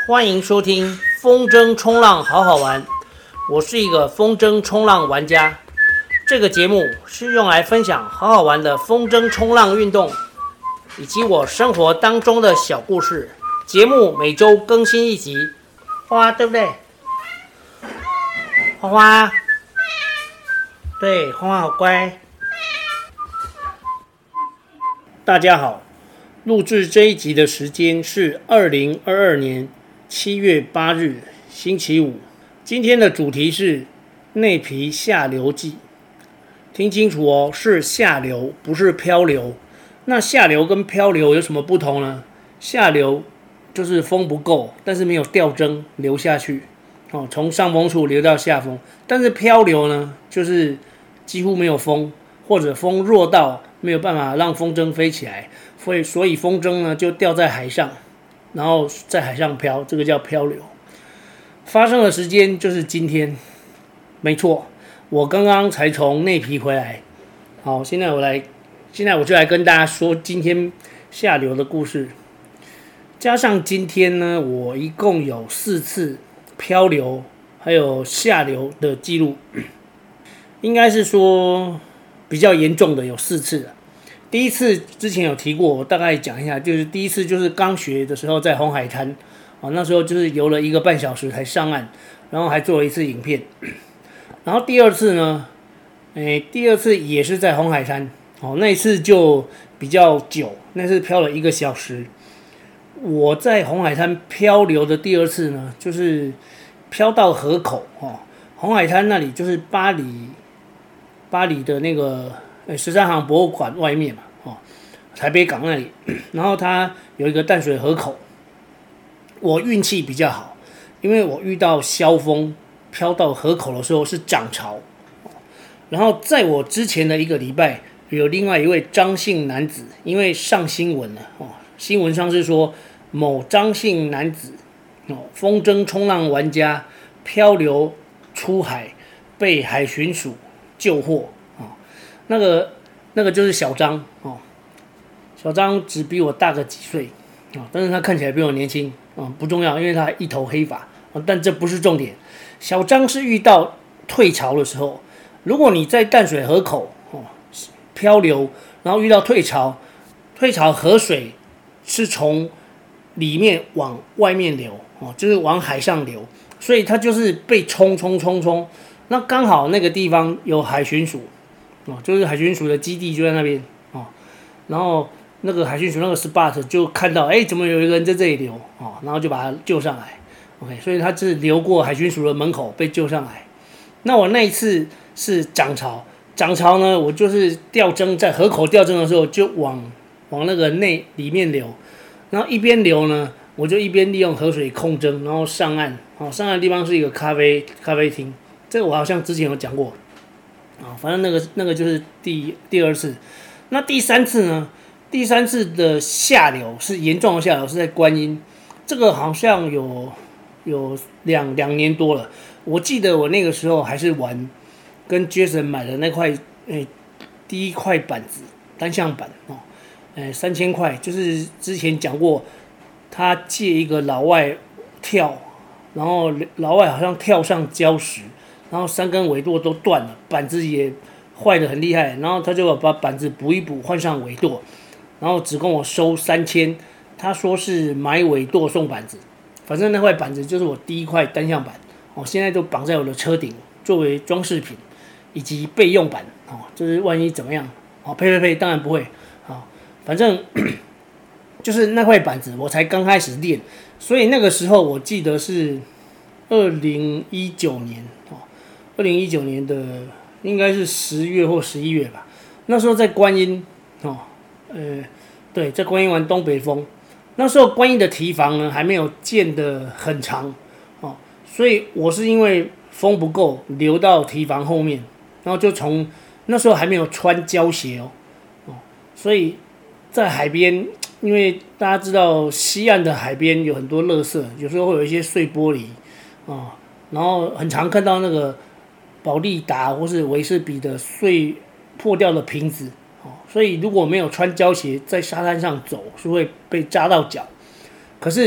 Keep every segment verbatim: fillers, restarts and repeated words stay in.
欢迎收听风筝冲浪好好玩，我是一个风筝冲浪玩家。这个节目是用来分享好好玩的风筝冲浪运动，以及我生活当中的小故事。节目每周更新一集，花花对不对？花花，对，花花好乖。大家好，录制这一集的时间是二零二二年七月八日，星期五。今天的主题是内皮下流记，听清楚哦，是下流，不是漂流。那下流跟漂流有什么不同呢？下流就是风不够，但是没有吊针流下去，哦，从上风处流到下风。但是漂流呢，就是几乎没有风，或者风弱到没有办法让风筝飞起来，所以所以风筝呢就吊在海上，然后在海上飘，这个叫漂流。发生的时间就是今天，没错，我刚刚才从内皮回来。好，现在我来，现在我就来跟大家说今天下流的故事。加上今天呢，我一共有四次漂流还有下流的记录，应该是说比较严重的有四次了。第一次之前有提过，我大概讲一下，就是第一次就是刚学的时候在红海滩，哦，那时候就是游了一个半小时才上岸，然后还做了一次影片。然后第二次呢，诶，第二次也是在红海滩，哦，那一次就比较久，那次漂了一个小时。我在红海滩漂流的第二次呢，就是漂到河口，哦，红海滩那里就是巴黎，巴黎的那个十三行博物馆外面嘛，哦，台北港那里，然后它有一个淡水河口。我运气比较好，因为我遇到萧峰飘到河口的时候是涨潮，然后在我之前的一个礼拜，有另外一位张姓男子，因为上新闻了，哦，新闻上是说某张姓男子，哦，风筝冲浪玩家漂流出海被海巡署救获，哦，那个那个就是小张，哦，小张只比我大个几岁，哦，但是他看起来比我年轻。嗯，不重要，因为他一头黑发，嗯，但这不是重点。小张是遇到退潮的时候，如果你在淡水河口，哦，漂流，然后遇到退潮，退潮河水是从里面往外面流，哦，就是往海上流，所以它就是被冲冲冲冲。那刚好那个地方有海巡署，哦，就是海巡署的基地就在那边，哦，然后那个海巡署那个 spot 就看到，哎，怎么有一个人在这里流，哦，然后就把他救上来 ，OK， 所以他是流过海巡署的门口被救上来。那我那一次是涨潮，涨潮呢，我就是吊针在河口吊针的时候就往往那个内里面流，然后一边流呢，我就一边利用河水控针，然后上岸，哦，上岸的地方是一个咖啡咖啡厅，这个我好像之前有讲过，啊，反正那个那个就是第第二次，那第三次呢？第三次的下流是严重的下流，是在观音，这个好像有有两两年多了。我记得我那个时候还是玩跟 Jason 买的那块诶第一块板子单向板哦，诶三千块，就是之前讲过，他借一个老外跳，然后老外好像跳上礁石，然后三根尾舵都断了，板子也坏得很厉害，然后他就把板子补一补，换上尾舵。然后只跟我收三千，他说是买尾舵送板子，反正那块板子就是我第一块单向板，哦，现在都绑在我的车顶作为装饰品，以及备用板，哦，就是万一怎么样，哦，呸呸呸，当然不会，哦，反正就是那块板子我才刚开始练，所以那个时候我记得是二零一九年，哦，二零一九年的应该是十月或十一月吧，那时候在观音，哦。呃，对，在观音玩东北风，那时候观音的堤防呢还没有建得很长，哦，所以我是因为风不够流到堤防后面，然后就从那时候还没有穿胶鞋哦，哦，所以在海边，因为大家知道西岸的海边有很多垃圾，有时候会有一些碎玻璃，哦，然后很常看到那个保利达或是维士比的碎破掉的瓶子。所以如果没有穿胶鞋在沙滩上走，是会被扎到脚。可是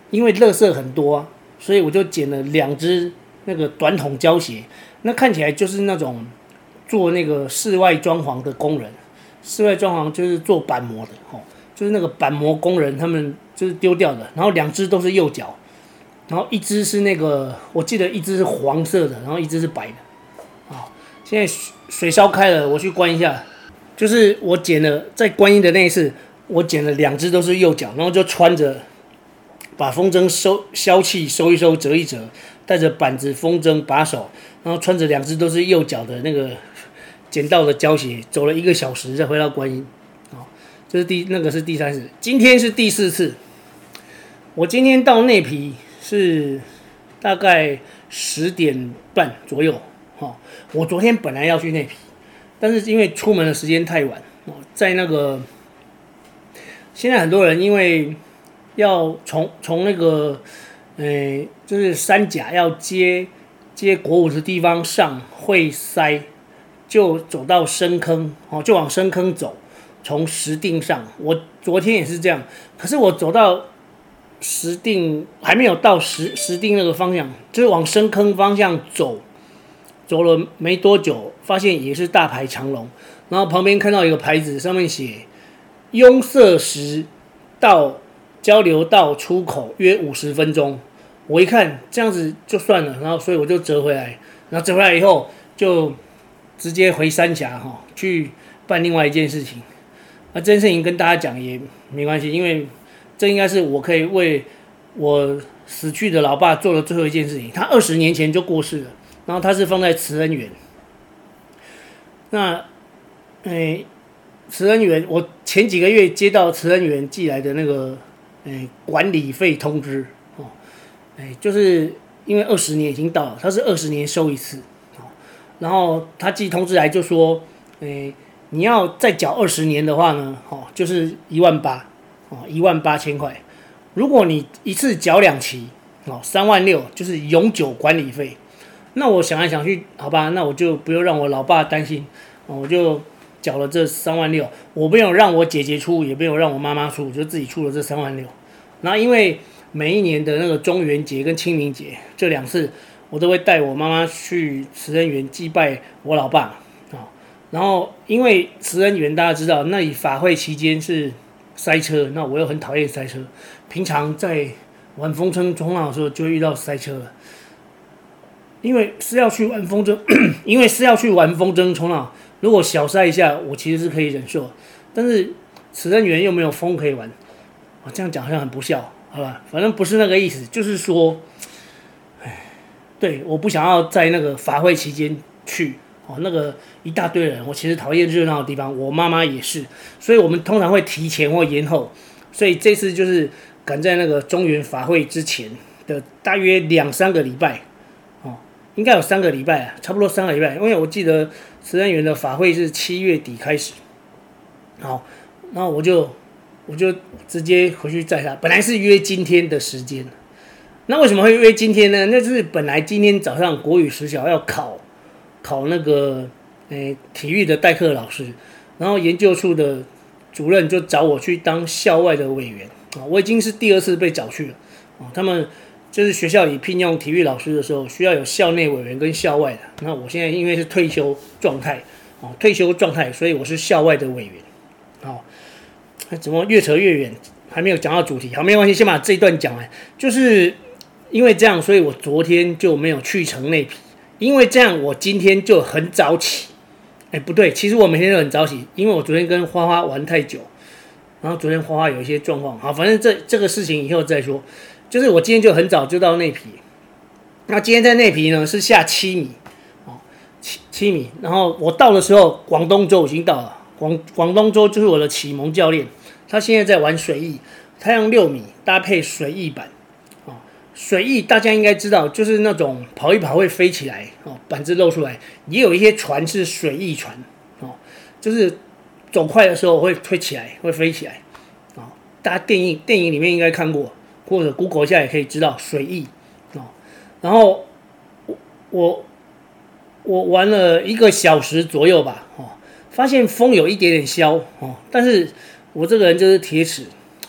因为垃圾很多啊，所以我就捡了两只那个短筒胶鞋，那看起来就是那种做那个室外装潢的工人，室外装潢就是做板模的哦，就是那个板模工人他们就是丢掉的，然后两只都是右脚，然后一只是那个我记得一只是黄色的，然后一只是白的，好，现在水烧开了，我去关一下，就是我捡了在观音的那一次，我捡了两只都是右脚，然后就穿着。把风筝收消气收一收折一折，带着板子风筝把手，然后穿着两只都是右脚的那个捡到的胶鞋，走了一个小时再回到观音。哦，这是第那个是第三次，今天是第四次。我今天到内埤是大概十点半左右。哦，我昨天本来要去内埤，但是因为出门的时间太晚，哦，在那个现在很多人因为。要从从那个，呃，就是三甲要接接国五的地方上会塞，就走到深坑，哦，就往深坑走，从石碇上。我昨天也是这样，可是我走到石碇还没有到石石碇那个方向，就是往深坑方向走，走了没多久，发现也是大排长龙，然后旁边看到一个牌子，上面写拥塞石到。交流道出口约五十分钟，我一看这样子就算了，然后所以我就折回来，然后折回来以后就直接回三峡哈去办另外一件事情。那这件事情跟大家讲也没关系，因为这应该是我可以为我死去的老爸做的最后一件事情。他二十年前就过世了，然后他是放在慈恩园。那，诶，慈恩园，我前几个月接到慈恩园寄来的那个。哎，管理费通知哦，哎，就是因为二十年已经到了，他是二十年收一次，哦，然后他寄通知来就说，哎，你要再缴二十年的话呢，哦，就是一万八，哦，一万八千块。如果你一次缴两期，哦，三万六，就是永久管理费。那我想来想去，好吧，那我就不用让我老爸担心，哦，我就。缴了这三万六，我没有让我姐姐出，也没有让我妈妈出，我就自己出了这三万六。然后因为每一年的那个中元节跟清明节这两次，我都会带我妈妈去慈恩园祭拜我老爸啊。然后因为慈恩园大家知道，那里法会期间是塞车，那我又很讨厌塞车，平常在玩风筝冲浪的时候就会遇到塞车了。因为是要去玩风筝，因为是要去玩风筝冲浪。如果小塞一下，我其实是可以忍受，但是慈恩园又没有风可以玩，啊，这样讲好像很不孝，好吧？反正不是那个意思，就是说，哎，对，我不想要在那个法会期间去，哦，那个一大堆人，我其实讨厌热闹的地方，我妈妈也是，所以我们通常会提前或延后，所以这次就是赶在那个中元法会之前的大约两三个礼拜。应该有三个礼拜啊，差不多三个礼拜，因为我记得慈恩园的法会是七月底开始。好，然后我就我就直接回去载他，本来是约今天的时间，那为什么会约今天呢？那就是本来今天早上国语实小要考考那个诶体育的代课老师，然后研究处的主任就找我去当校外的委员啊，我已经是第二次被找去了啊，他们。就是学校里聘用体育老师的时候，需要有校内委员跟校外的。那我现在因为是退休状态，哦，退休状态，所以我是校外的委员。好，怎么越扯越远，还没有讲到主题。好，没有关系，先把这一段讲完。就是因为这样，所以我昨天就没有去成内埤。因为这样，我今天就很早起。哎，不对，其实我每天都很早起，因为我昨天跟花花玩太久，然后昨天花花有一些状况。好，反正这这个事情以后再说。就是我今天就很早就到内埤，那今天在内埤呢是下七米，哦，七七米。然后我到的时候，广东州已经到了，广广东州就是我的启蒙教练，他现在在玩水翼，他用六米搭配水翼板，哦，水翼大家应该知道，就是那种跑一跑会飞起来，哦，板子露出来，也有一些船是水翼船，哦，就是走快的时候会推起来，会飞起来，哦，大家电影电影里面应该看过。或者 Google 一下也可以知道水翼哦，然后我我我玩了一个小时左右吧，哦，发现风有一点点消哦，但是我这个人就是铁齿，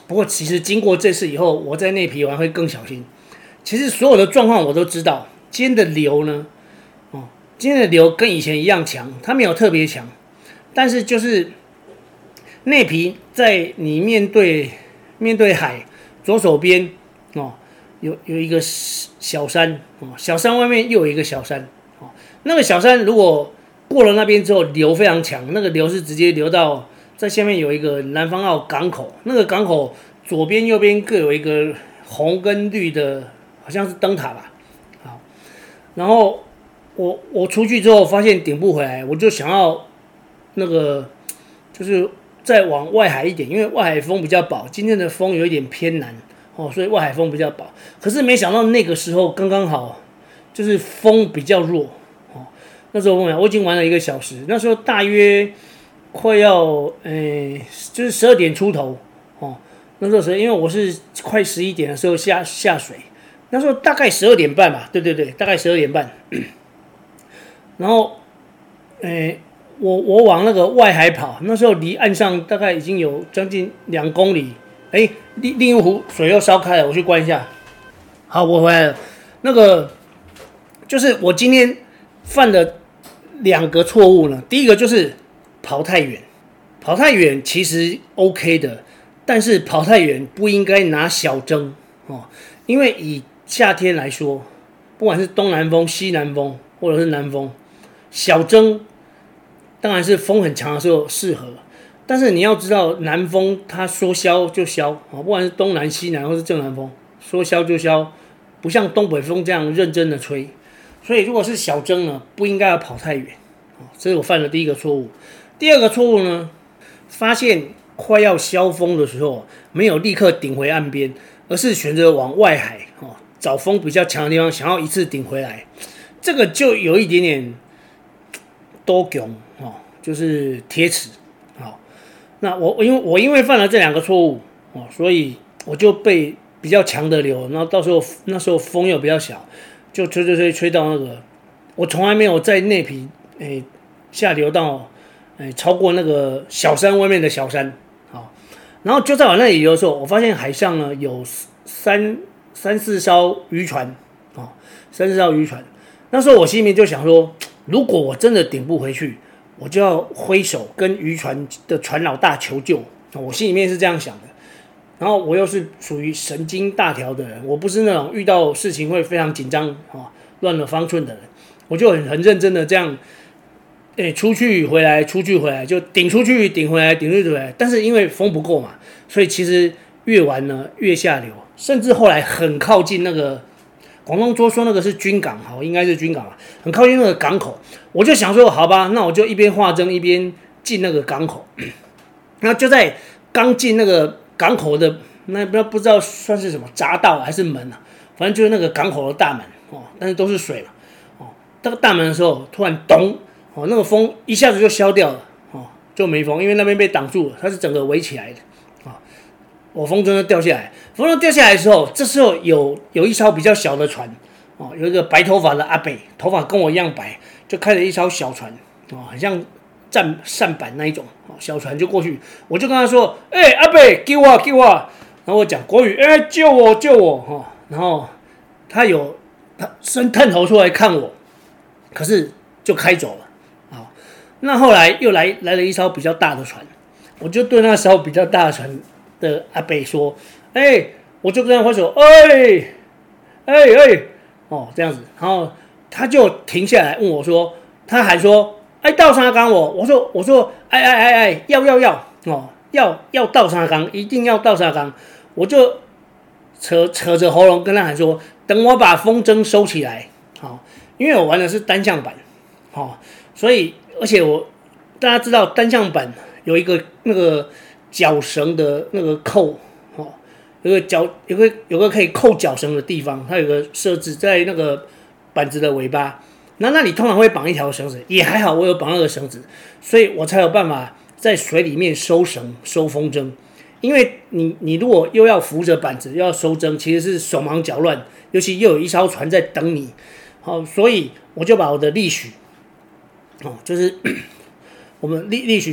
不过其实经过这次以后，我在内皮玩会更小心。其实所有的状况我都知道。今天的流呢，哦，今天的流跟以前一样强，它没有特别强，但是就是内皮在你面对面对海左手边哦，有有一个小山哦，小山外面又有一个小山哦，那个小山如果过了那边之后，流非常强，那个流是直接流到在下面有一个南方澳港口，那个港口左边右边各有一个红跟绿的，好像是灯塔吧。好，然后我我出去之后发现顶不回来，我就想要那个就是再往外海一点，因为外海风比较饱，今天的风有一点偏南哦，所以外海风比较饱。可是没想到那个时候刚刚好，就是风比较弱哦。那时候我我已经玩了一个小时，那时候大约快要诶、就是十二点出头哦。那时候是因为我是快十一点的时候下下水，那时候大概十二点半吧，对对对，大概十二点半。然后，诶、我我往那个外海跑，那时候离岸上大概已经有将近两公里。哎，另另一湖水又烧开了，我去关一下。好，我回来了。那个就是我今天犯的两个错误呢。第一个就是跑太远，跑太远其实 OK 的，但是跑太远不应该拿小针哦，因为以夏天来说，不管是东南风、西南风或者是南风，小针当然是风很强的时候适合。但是你要知道，南风它说消就消啊，不管是东南、西南或是正南风，说消就消，不像东北风这样认真的吹。所以如果是小针呢，不应该要跑太远啊，这是我犯的第一个错误。第二个错误呢，发现快要消风的时候，没有立刻顶回岸边，而是选择往外海哦，找风比较强的地方，想要一次顶回来，这个就有一点点多囧哦，就是贴齿。好，那我因为我因为犯了这两个错误哦，所以我就被比较强的流，然后到时候那时候风又比较小，就吹吹吹吹到那个，我从来没有在内皮诶下流到诶超过那个小山外面的小山，好，然后就在我那里游的时候，我发现海上呢有三三四艘渔船，哦，三四艘渔船，那时候我心里面就想说，如果我真的顶不回去，我就要挥手跟渔船的船老大求救，我心里面是这样想的。然后我又是属于神经大条的人，我不是那种遇到事情会非常紧张啊、乱了方寸的人，我就很很认真的这样，哎，出去回来，出去回来，就顶出去，顶回来，顶出去回来。但是因为风不够嘛，所以其实越玩呢越下流，甚至后来很靠近那个。广东说说那个是军港，好，应该是军港啊，很靠近那个港口。我就想说，好吧，那我就一边画针一边进那个港口。那就在刚进那个港口的那不不知道算是什么匝道还是门啊，反正就是那个港口的大门哦，但是都是水嘛哦。那个大门的时候，突然咚哦，那个风一下子就消掉了哦，就没风，因为那边被挡住了，它是整个围起来的。我风筝就掉下来，风筝掉下来的时候，这时候有有一艘比较小的船，哦，有一个白头发的阿伯，头发跟我一样白，就开了一艘小船，哦，很像站扇板那一种，哦，小船就过去，我就跟他说，哎、欸，阿伯，救我，救我，然后我讲国语，哎、欸，救我，救我，哈、哦，然后他有他伸探头出来看我，可是就开走了，好，那后来又来来了一艘比较大的船，我就对那艘比较大的船的阿伯说：“哎、欸，我就跟他挥手，哎，哎哎，哦，这样子，然后他就停下来问我说，他还说，哎，倒沙缸我，我说，我说，哎哎哎哎，要要要，哦，要要倒沙缸，一定要倒沙缸，我就扯扯着喉咙跟他喊说，等我把风筝收起来，好、哦，因为我玩的是单向板，好、哦，所以而且我大家知道单向板有一个那个。”绞绳的那个扣，哦，有个绞有个有个可以扣绞绳的地方，它有个设置在那个板子的尾巴，那那里通常会绑一条绳子，也还好我有绑那个绳子，所以我才有办法在水里面收绳收风筝。因为你你如果又要扶着板子又要收针，其实是手忙脚乱，尤其又有一艘船在等你，好、哦，所以我就把我的力许，哦，就是我们力力许。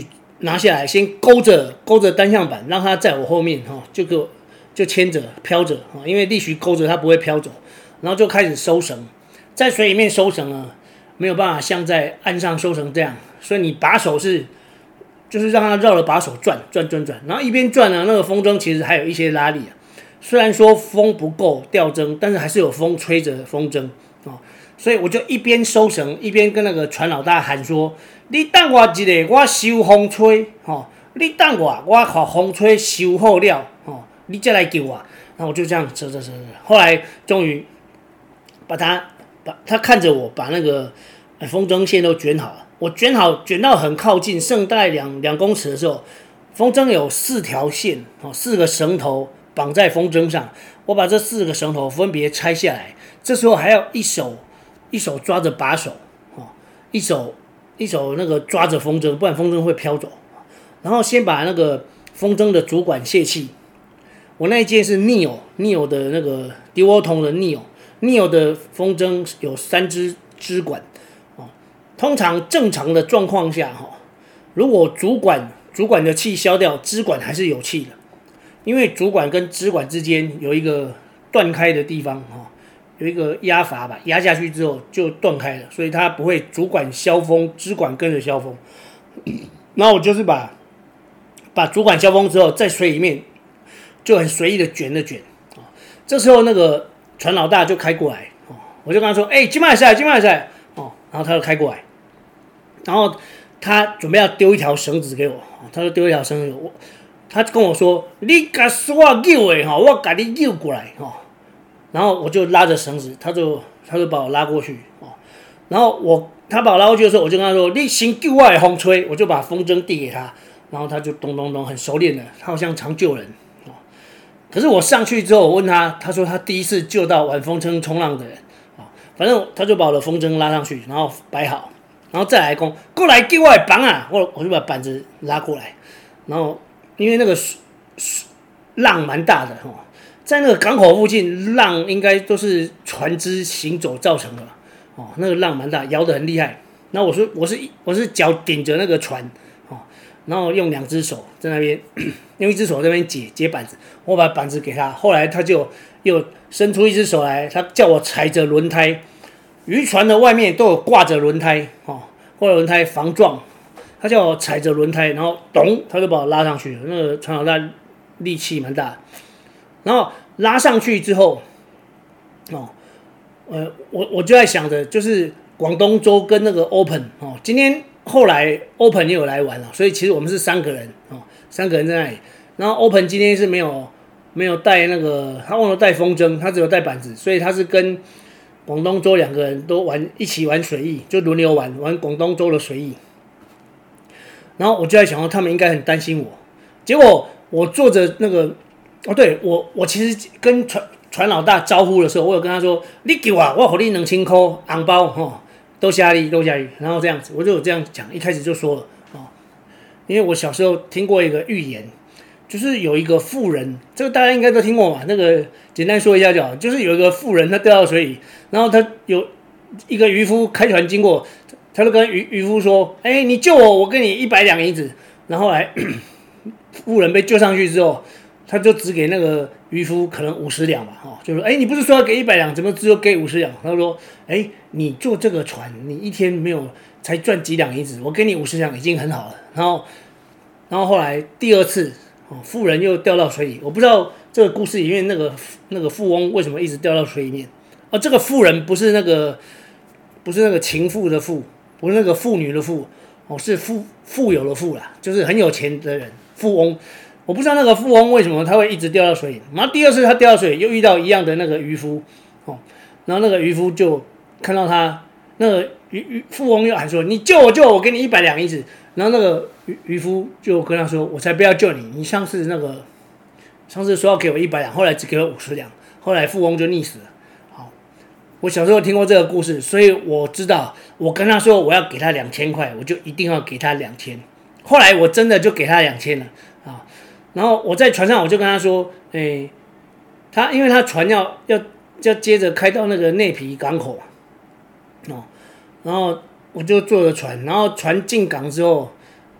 拿下来，先勾着勾着单向板，让它在我后面哈，就给我就牵着飘着哈，因为力须勾着它不会飘走，然后就开始收绳，在水里面收绳啊，没有办法像在岸上收绳这样，所以你把手是就是让它绕着把手转转转转，然后一边转呢，那个风筝其实还有一些拉力啊，虽然说风不够吊针，但是还是有风吹着风筝哦，所以我就一边收绳，一边跟那个船老大喊说：“你等我一下，我收风吹，吼、哦！你等我，我把风吹收好了，吼、哦，你再来救我。”然后我就这样扯扯扯扯，后来终于把他把他看着我把那个风筝线都卷好了，我卷好卷到很靠近，剩大概两两公尺的时候，风筝有四条线，哦，四个绳头绑在风筝上，我把这四个绳头分别拆下来，这时候还要一手一手抓着把手，哦，一手一手那个抓着风筝，不然风筝会飘走。然后先把那个风筝的主管泄气，我那一件是 Neo Neo 的那个迪沃通的 Neo Neo 的风筝有三支支管，哦，通常正常的状况下，哈，如果主管主管的气消掉，支管还是有气的，因为主管跟支管之间有一个断开的地方，哈，有一个压阀吧，压下去之后就断开了，所以它不会主管消风，支管跟着消风。然后我就是把把主管消风之后，在水里面就很随意的卷了卷，哦，这时候那个船老大就开过来，哦，我就跟他说：“哎、欸，今晚赛，今晚赛。”哦，然后他就开过来，然后他准备要丢一条绳子给我，哦，他就丢一条绳子给我，他跟我说：“你把我救的哈，我把你救过来哈。”然后我就拉着绳子，他就他就把我拉过去，哦，然后我他把我拉过去的时候，我就跟他说：“你先救我的风吹。”我就把风筝递给他。然后他就咚咚咚很熟练的，他好像常救人，哦，可是我上去之后，我问他，他说他第一次救到玩风筝冲浪的人，哦，反正他就把我的风筝拉上去，然后摆好，然后再来攻过来给我的绑啊，我我就把板子拉过来，然后因为那个浪蛮大的，哦，在那个港口附近，浪应该都是船只行走造成的，哦，那个浪蛮大，摇得很厉害。然后我说我是我是脚顶着那个船。然后用两只手在那边，用一只手在那边解解板子，我把板子给他，后来他就又伸出一只手来，他叫我踩着轮胎，渔船的外面都有挂着轮胎，哦，或者轮胎防撞，他叫我踩着轮胎，然后咚，他就把我拉上去了，那个船老大力气蛮大的，然后拉上去之后，哦，呃，我我就在想着，就是广东州跟那个 Open 哦，今天。后来 Open 也有来玩了，所以其实我们是三个人哦，三个人在那里。然后 Open 今天是没有没有带那个，他忘了带风筝，他只有带板子，所以他是跟广东州两个人都玩一起玩水艺，就轮流玩玩广东州的水艺。然后我就在想说，他们应该很担心我。结果我坐着那个，哦，对我我其实跟船船老大招呼的时候，我有跟他说：“你给我，我给你两千块红包哈。”都下力，都下力，然后这样子，我就有这样讲，一开始就说了，哦，因为我小时候听过一个寓言，就是有一个妇人，这个大家应该都听过嘛，那个简单说一下就好，就是有一个妇人，她掉到水里，然后她有一个渔夫开船经过，他就跟渔渔夫说：“哎、欸，你救我，我给你一百两银子。”然后来妇人被救上去之后，他就只给那个渔夫可能五十两吧，哦，就说：“哎、欸，你不是说要给一百两，怎么只有给五十两？”他说：“哎、欸，你坐这个船，你一天没有才赚几两银子，我给你五十两已经很好了。”然后，然后后来第二次，哦，妇人又掉到水里，我不知道这个故事里面那个那个富翁为什么一直掉到水里面。而、哦、这个妇人不是那个不是那个情妇的妇，不是那个妇女的妇，哦，是富富有的富啦，就是很有钱的人，富翁。我不知道那个富翁为什么他会一直掉到水里，然后第二次他掉到水里又遇到一样的那个渔夫，哦，然后那个渔夫就看到他，那个渔渔富翁又喊说：“你救我救我，我给你一百两银子。”然后那个渔渔夫就跟他说：“我才不要救你，你上次那个上次说要给我一百两，后来只给我五十两，后来富翁就溺死了。”好，我小时候听过这个故事，所以我知道，我跟他说我要给他两千块，我就一定要给他两千。后来我真的就给他两千了啊。然后我在船上，我就跟他说：“哎，他因为他船要要要接着开到那个内皮港口哦，然后我就坐着船，然后船进港之后，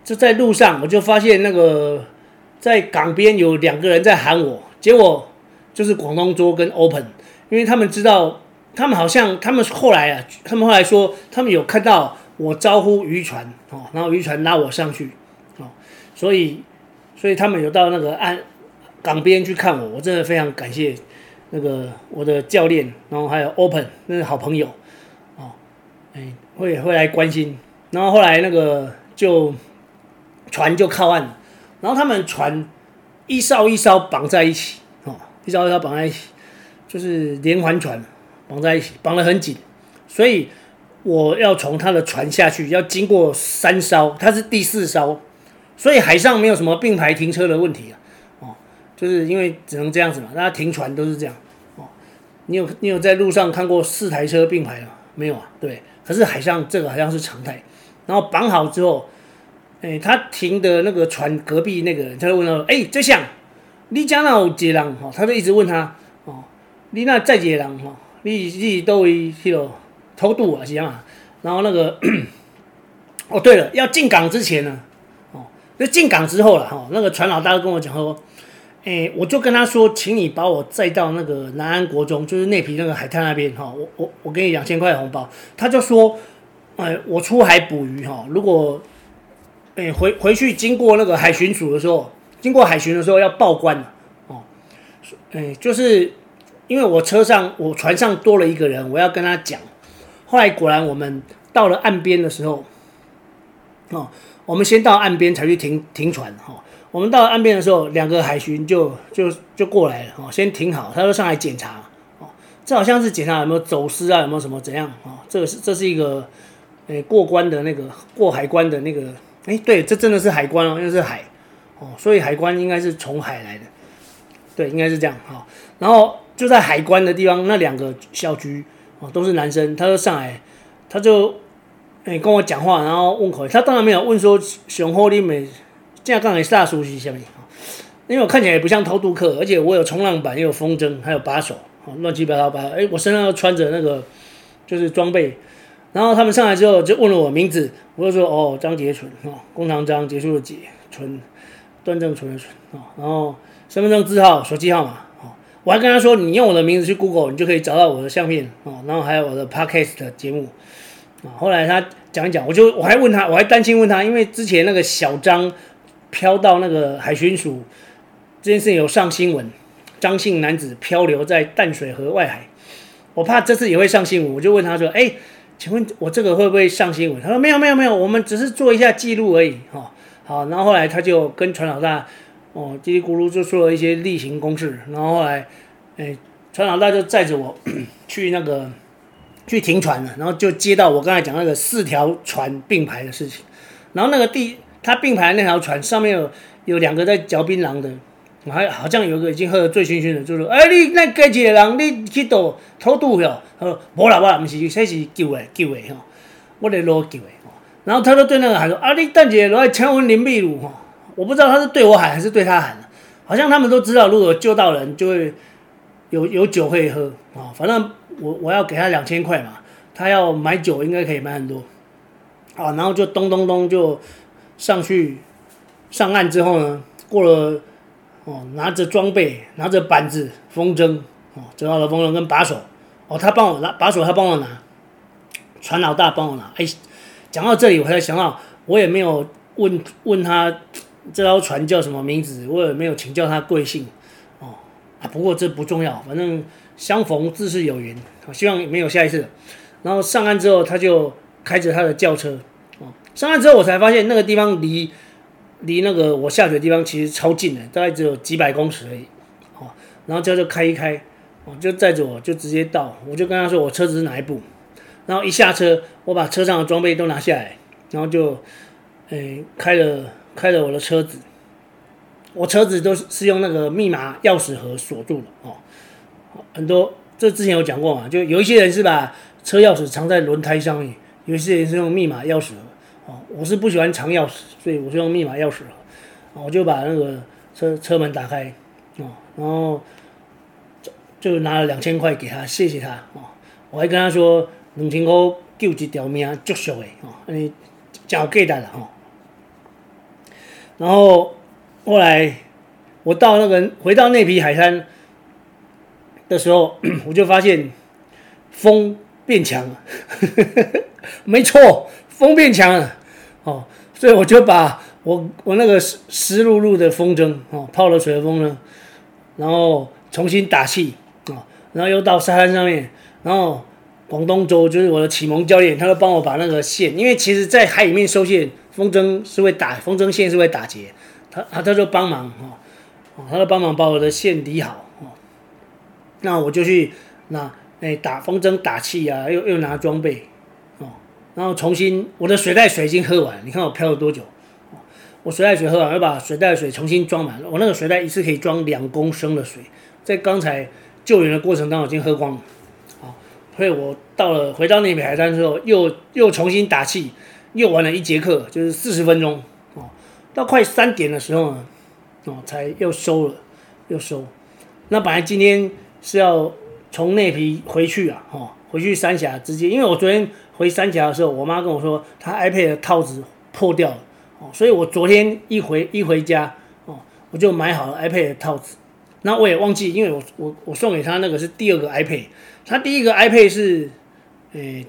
就在路上我就发现那个在港边有两个人在喊我，结果就是广东桌跟 Open， 因为他们知道，他们好像他们后来啊，他们后来说他们有看到我招呼渔船哦，然后渔船拉我上去哦，所以所以他们有到那个岸港边去看我，我真的非常感谢那个我的教练，然后还有 Open 那是好朋友哦，哎会会来关心，然后后来那个就船就靠岸了，然后他们船一艘一艘绑在一起哦，一艘一艘绑在一起，就是连环船绑在一起，绑得很紧，所以我要从他的船下去，要经过三艘，他是第四艘，所以海上没有什么并排停车的问题啊，哦，就是因为只能这样子嘛，大家停船都是这样哦。你有你有在路上看过四台车并排吗？没有啊，对。可是海上这个好像是常态，然后绑好之后，哎，他停的那个船隔壁那个人，他就问他说：“哎，这项你家那有几人？”哦，他就一直问他哦，你那再几人？哦，你你都位迄个偷渡啊是啊？然后那个哦，对了，要进港之前呢，哦，就进港之后了哈、哦，那个船老大跟我讲说，哎，我就跟他说，请你把我载到那个南安国中，就是内皮那个海滩那边哈、哦，我我我给你两千块红包。他就说，哎，我出海捕鱼哈、哦，如果哎回回去经过那个海巡署的时候，经过海巡的时候要报关哦，哎，就是因为我车上我船上多了一个人，我要跟他讲。后来果然我们到了岸边的时候，哦，我们先到岸边才去停停船哈、哦。我们到了岸边的时候，两个海巡就就就过来了哦，先停好，他就上来检查哦，这好像是检查有没有走私啊，有没有什么怎样哦，这个是这是一个诶过关的那个过海关的那个，诶，对，这真的是海关哦，因为是海哦，所以海关应该是从海来的，对，应该是这样哈、哦。然后就在海关的地方，那两个小局哦都是男生，他就上来，他就诶跟我讲话，然后问口，他当然没有问说熊后你美。这样刚才煞熟悉下面，因为我看起来也不像偷渡客，而且我有冲浪板，也有风筝，还有把手，乱七八糟把，哎，我身上又穿着那个就是装备，然后他们上来之后就问了我名字，我就说哦张杰纯哦，弓长张结束的结，纯端正纯的纯哦，然后身份证字号、手机号码哦，我还跟他说你用我的名字去 Google， 你就可以找到我的相片哦，然后还有我的 Podcast 的节目啊，后来他讲一讲，我就我还问他，我还担心问他，因为之前那个小张。飘到那个海巡署这件事情有上新闻，张姓男子漂流在淡水河外海，我怕这次也会上新闻，我就问他说：“哎，请问我这个会不会上新闻？”他说：“没有没有没有，我们只是做一下记录而已。”哈，好，然后后来他就跟船老大哦叽里咕噜就说了一些例行公事，然后后来哎船老大就载着我去那个去停船了，然后就接到我刚才讲那个四条船并排的事情，然后那个第。他并排的那条船上面有有两个在嚼槟榔的，还好像有一个已经喝得醉醺醺的，就说：“哎、欸，你那几个人，你去倒偷渡哟？”他说：“无啦，无啦，不是，这是救的，救的吼，我来捞救的。”然后他就对那个喊说：“啊，你等一下来抢我林秘鲁吼！”我不知道他是对我喊还是对他喊，好像他们都知道，如果救到人就会有有酒可以喝啊。反正我我要给他两千块嘛，他要买酒应该可以买很多啊。然后就咚咚咚就。上去上岸之后呢，过了哦，拿着装备，拿着板子、风筝哦，折好的风筝跟把手哦，他帮我拿把手，他帮我拿，船老大帮我拿。哎，讲到这里，我才想到，我也没有问问他这条船叫什么名字，我也没有请教他贵姓哦啊。不过这不重要，反正相逢自是有缘，希望没有下一次。然后上岸之后，他就开着他的轿车。上岸之后，我才发现那个地方离离那个我下水的地方其实超近的，大概只有几百公尺而已。哦，然后车就开一开，哦，就载着我就直接到，我就跟他说我车子是哪一部，然后一下车，我把车上的装备都拿下来，然后就，诶，开了开了我的车子，我车子都是用那个密码钥匙盒锁住的哦，很多这之前有讲过嘛，就有一些人是把车钥匙藏在轮胎上面，有一些人是用密码钥匙盒。哦，我是不喜欢藏钥匙，所以我是用密码钥匙。哦，我就把那个车车门打开，哦，然后就拿了两千块给他，谢谢他。哦，我还跟他说两千块救一条命，足俗的哦，安尼真有价值啦吼。 然后后来我到那个回到内埤海滩的时候，我就发现风变强了，没错，风变强了哦，所以我就把我我那个湿湿漉漉的风筝哦，泡了水的风筝，然后重新打气啊、哦，然后又到沙滩上面，然后广东周就是我的启蒙教练，他就帮我把那个线，因为其实在海里面收线，风筝是会打，风筝线是会打结，他他他就帮忙哦，哦，他就帮忙把我的线理好哦，那我就去拿哎打风筝打气啊，又又拿装备哦，然后重新我的水袋水已经喝完，你看我漂了多久？我水袋水喝完，要把水袋的水重新装满。我那个水袋一次可以装两公升的水，在刚才救援的过程当中已经喝光了。好，所以我到了回到内埤海滩之后，又又重新打气，又玩了一节课，就是四十分钟。哦，到快三点的时候呢，哦，才又收了，又收。那本来今天是要从内埤回去啊，哦，回去三峡直接，因为我昨天回三峡的时候，我妈跟我说，她 iPad 的套子破掉了。所以我昨天一回一回家哦，我就买好了 iPad 的套子。那我也忘记，因为我我我送给他那个是第二个 iPad， 他第一个 iPad 是，诶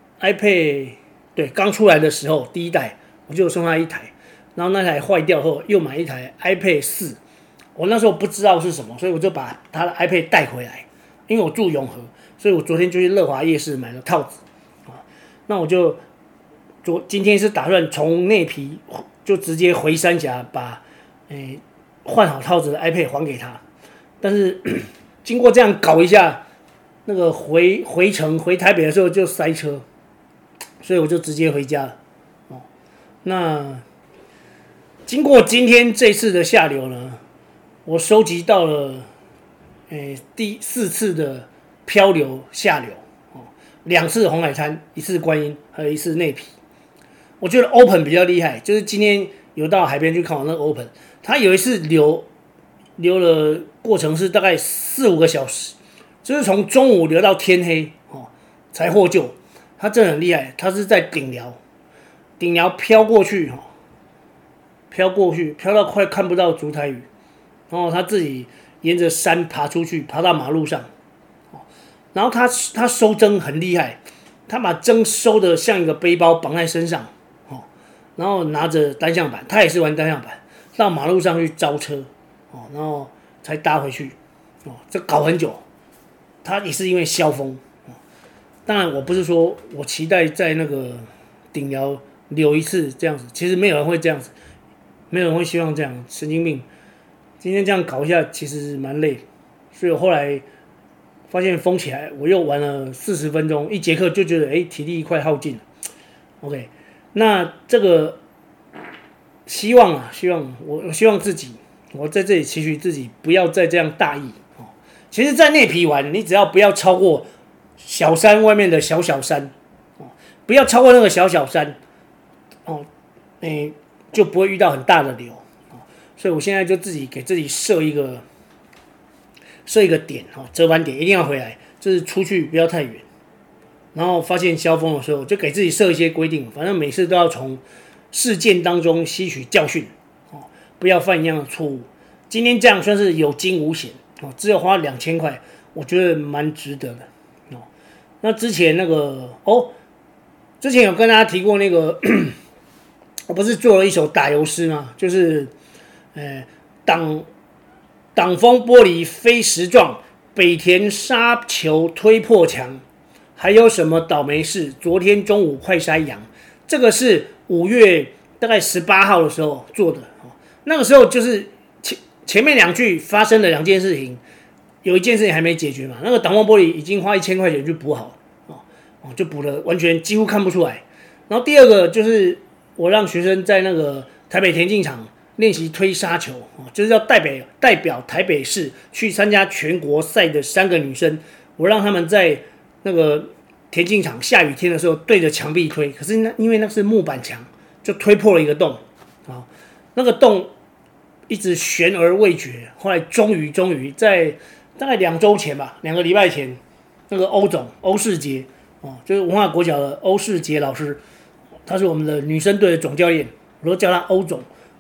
iPad 对刚出来的时候第一代，我就送他一台，然后那台坏掉后又买一台 iPad 四，我那时候不知道是什么，所以我就把他的 iPad 带回来，因为我住永和，所以我昨天就去乐华夜市买了套子啊，那我就。昨今天是打算从内埤就直接回三峡，把诶换好套子的 iPad 还给他。但是经过这样搞一下，那个回回程回台北的时候就塞车，所以我就直接回家了。哦，那经过今天这次的下流呢，我收集到了诶第四次的漂流下流，哦，两次红海滩，一次观音，还有一次内埤。我觉得 Open 比较厉害，就是今天有到海边去看我那个 Open， 他有一次流流了过程是大概四五个小时，就是从中午流到天黑哦才获救。他真的很厉害，他是在顶寮，顶寮飘过去哈，飘过去飘到快看不到烛台屿，然后他自己沿着山爬出去，爬到马路上，然后他他收针很厉害，他把针收的像一个背包绑在身上。然后拿着单向板，他也是玩单向板，到马路上去招车，哦，然后才搭回去，哦，这搞很久，他也是因为消风，哦，当然我不是说我期待在那个顶寮留一次这样子，其实没有人会这样子，没有人会希望这样，神经病，今天这样搞一下其实蛮累，所以我后来发现疯起来，我又玩了四十分钟，一节课就觉得哎体力快耗尽了 ，OK。那这个希望啊，希望我我希望自己，我在这里期许自己不要再这样大意哦。其实，在内埤玩，你只要不要超过小山外面的小小山哦，不要超过那个小小山哦，哎，就不会遇到很大的流哦。所以我现在就自己给自己设一个设一个点哦，折返点一定要回来，就是出去不要太远。然后发现消风的时候，就给自己设一些规定，反正每次都要从事件当中吸取教训，哦，不要犯一样的错误。今天这样算是有惊无险，哦，只有花两千块，我觉得蛮值得的，哦。那之前那个哦，之前有跟大家提过那个，我不是做了一首打油诗吗？就是，呃，挡挡风玻璃飞石撞，北田沙球推破墙。还有什么倒霉事？昨天中午快筛阳，这个是五月大概十八号的时候做的。那个时候就是前前面两句发生了两件事情，有一件事情还没解决嘛。那个挡风玻璃已经花一千块钱去补好了，哦，就补了，完全几乎看不出来。然后第二个就是我让学生在那个台北田径场练习推沙球，就是要代表代表台北市去参加全国赛的三个女生，我让他们在那个田径场下雨天的时候对着墙壁推，可是那因为那是木板墙，就推破了一个洞，啊，那个洞一直悬而未决，后来终于终于在大概两周前吧，两个礼拜前，那个欧总欧世杰哦，就是文化国小的欧世杰老师，他是我们的女生队的总教练，我都叫他欧总。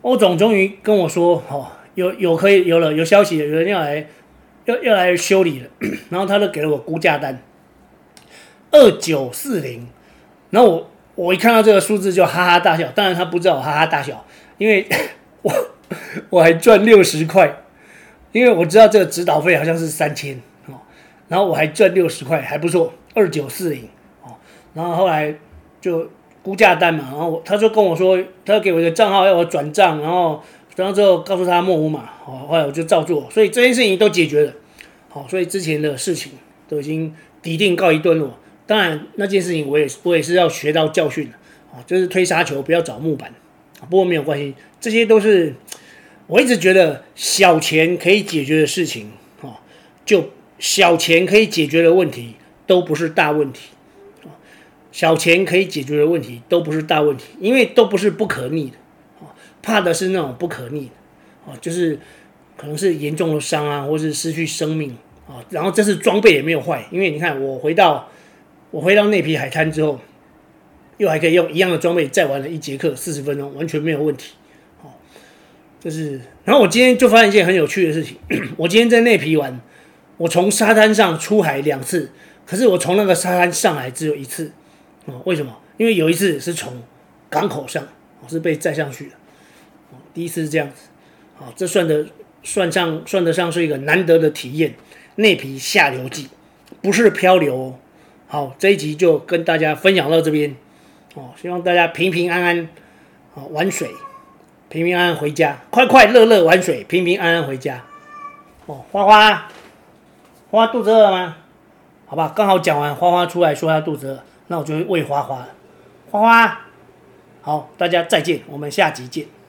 欧总终于跟我说，哦，有有可以有了有消息了，有人要来要要来修理了，然后他就给了我估价单二九四零，然后我我一看到这个数字就哈哈大笑，当然他不知道我哈哈大笑，因为我我还赚六十块，因为我知道这个指导费好像是三千哦，然后我还赚六十块，还不错，二九四零哦，然后后来就估价单嘛，然后我他就跟我说，他给我一个账号要我转账，然后然后之后告诉他莫无码，哦，后来我就照做，所以这件事情都解决了，好，所以之前的事情都已经抵定告一段落。当然那件事情我也我也是要学到教训的，啊，就是推沙球不要找木板，不过没有关系，这些都是我一直觉得小钱可以解决的事情，啊，就小钱可以解决的问题都不是大问题。小钱可以解决的问题都不是大问题，因为都不是不可逆的，怕的是那种不可逆的，就是可能是严重的伤啊，或是失去生命啊。然后这次装备也没有坏，因为你看我回到我回到内皮海滩之后，又还可以用一样的装备再玩了一节课四十分钟，完全没有问题。好，就是，然后我今天就发现一件很有趣的事情，我今天在内皮玩，我从沙滩上出海两次，可是我从那个沙滩上来只有一次。哦，为什么？因为有一次是从港口上，哦，是被载上去的，哦，第一次是这样子，好，这算得算上算得上是一个难得的体验。内皮下流记，不是漂流哦。好，这一集就跟大家分享到这边，哦，希望大家平平安安，哦，玩水，平平安安回家，快快乐乐玩水，平平安安回家。哦，花花，花花肚子饿了吗？好吧，刚好讲完，花花出来说他肚子饿。那我就会喂花花了，花花，好，大家再见，我们下集见。